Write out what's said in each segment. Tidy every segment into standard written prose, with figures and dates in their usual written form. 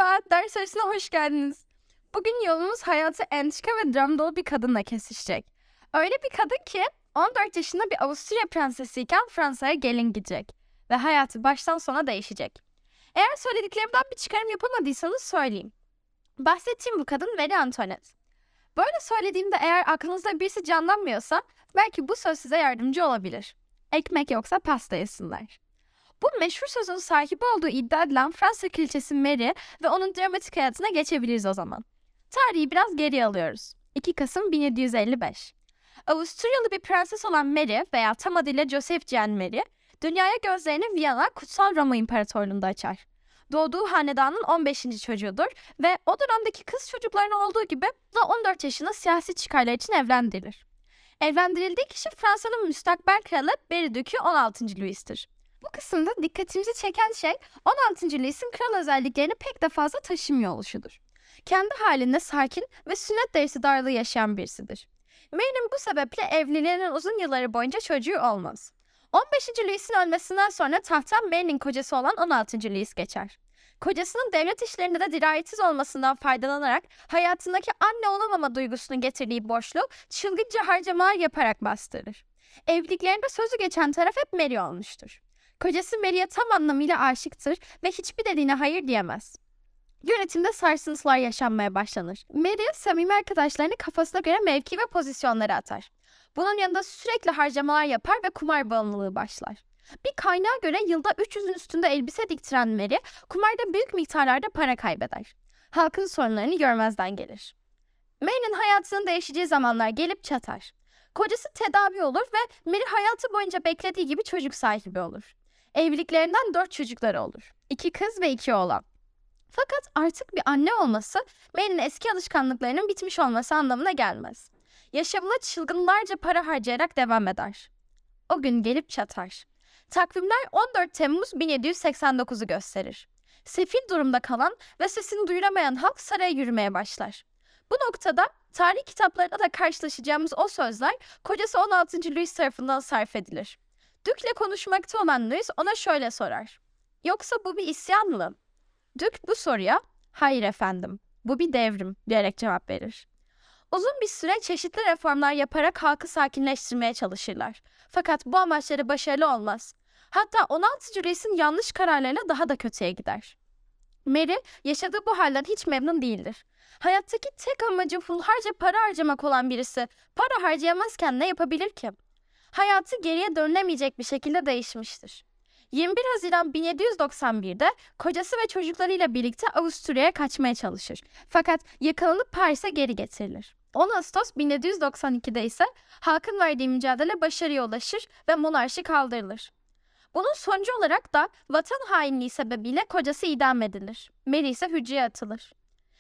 Merhaba, ders arasına hoş geldiniz. Bugün yolumuz hayatı entrika ve dram dolu bir kadınla kesişecek. Öyle bir kadın ki 14 yaşında bir Avusturya prensesiyken Fransa'ya gelin gidecek. Ve hayatı baştan sona değişecek. Eğer söylediklerimden bir çıkarım yapamadıysanız söyleyeyim. Bahsettiğim bu kadın Marie Antoinette. Böyle söylediğimde eğer aklınızda birisi canlanmıyorsa belki bu söz size yardımcı olabilir. Ekmek yoksa pasta yesinler. Bu meşhur sözün sahibi olduğu iddia edilen Fransa kraliçesi Mary ve onun dramatik hayatına geçebiliriz o zaman. Tarihi biraz geriye alıyoruz. 2 Kasım 1755. Avusturyalı bir prenses olan Mary veya tam adıyla Josephine Mary, dünyaya gözlerini Viyana Kutsal Roma İmparatorluğu'nda açar. Doğduğu hanedanın 15. çocuğudur ve o dönemdeki kız çocuklarının olduğu gibi da 14 yaşında siyasi çıkarlar için evlendirilir. Evlendirildiği kişi Fransa'nın müstakbel kralı Beridükü 16. Louis'tir. Bu kısımda dikkatimizi çeken şey 16. Louis'in kral özelliklerini pek de fazla taşımıyor oluşudur. Kendi halinde sakin ve sünnet derisi darlığı yaşayan birisidir. Mary'nin bu sebeple evliliğinin uzun yılları boyunca çocuğu olmaz. 15. Louis'in ölmesinden sonra tahta Mary'nin kocası olan 16. Louis geçer. Kocasının devlet işlerinde de dirayetsiz olmasından faydalanarak hayatındaki anne olamama duygusunu getirdiği boşluğu çılgınca harcamalar yaparak bastırır. Evliliklerinde sözü geçen taraf hep Mary olmuştur. Kocası Mary'e tam anlamıyla aşıktır ve hiçbir dediğine hayır diyemez. Yönetimde sarsıntılar yaşanmaya başlanır. Mary, samimi arkadaşlarını kafasına göre mevki ve pozisyonlara atar. Bunun yanında sürekli harcamalar yapar ve kumar bağımlılığı başlar. Bir kaynağa göre yılda 300'ün üstünde elbise diktiren Mary, kumarda büyük miktarlarda para kaybeder. Halkın sorunlarını görmezden gelir. Mary'nin hayatının değişeceği zamanlar gelip çatar. Kocası tedavi olur ve Mary hayatı boyunca beklediği gibi çocuk sahibi olur. Evliliklerinden 4 çocukları olur. 2 kız ve 2 oğlan. Fakat artık bir anne olması Mary'nin eski alışkanlıklarının bitmiş olması anlamına gelmez. Yaşamına çılgınlarca para harcayarak devam eder. O gün gelip çatar. Takvimler 14 Temmuz 1789'u gösterir. Sefil durumda kalan ve sesini duyuramayan halk saraya yürümeye başlar. Bu noktada tarih kitaplarında da karşılaşacağımız o sözler kocası 16. Louis tarafından sarf edilir. Dük'le konuşmakta olan Louis ona şöyle sorar. Yoksa bu bir isyan mı? Dük bu soruya hayır efendim, bu bir devrim diyerek cevap verir. Uzun bir süre çeşitli reformlar yaparak halkı sakinleştirmeye çalışırlar. Fakat bu amaçları başarılı olmaz. Hatta 16. Louis'in yanlış kararlarıyla daha da kötüye gider. Mary yaşadığı bu halden hiç memnun değildir. Hayattaki tek amacı hunharca para harcamak olan birisi para harcayamazken ne yapabilir ki? Hayatı geriye dönülemeyecek bir şekilde değişmiştir. 21 Haziran 1791'de kocası ve çocuklarıyla birlikte Avusturya'ya kaçmaya çalışır. Fakat yakalanıp Paris'e geri getirilir. 10 Ağustos 1792'de ise halkın verdiği mücadele başarıya ulaşır ve monarşi kaldırılır. Bunun sonucu olarak da vatan hainliği sebebiyle kocası idam edilir. Mary ise hücreye atılır.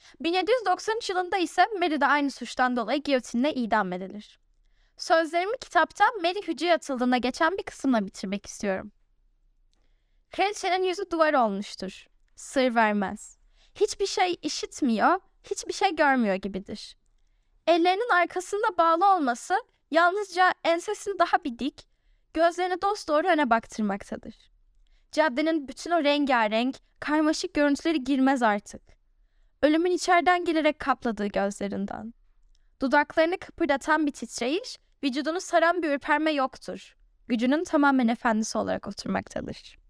1793 yılında ise Mary de aynı suçtan dolayı giyotinle idam edilir. Sözlerimi kitaptan Mary hücreye atıldığında geçen bir kısımla bitirmek istiyorum. Kraliçenin yüzü duvar olmuştur. Sır vermez. Hiçbir şey işitmiyor, hiçbir şey görmüyor gibidir. Ellerinin arkasında bağlı olması yalnızca ensesini daha bir dik, gözlerini dosdoğru öne baktırmaktadır. Caddenin bütün o rengarenk, karmaşık görüntüleri girmez artık. Ölümün içeriden gelerek kapladığı gözlerinden. Dudaklarını kıpırdatan bir titreyiş, vücudunu saran bir ürperme yoktur. Gücünün tamamen efendisi olarak oturmaktadır.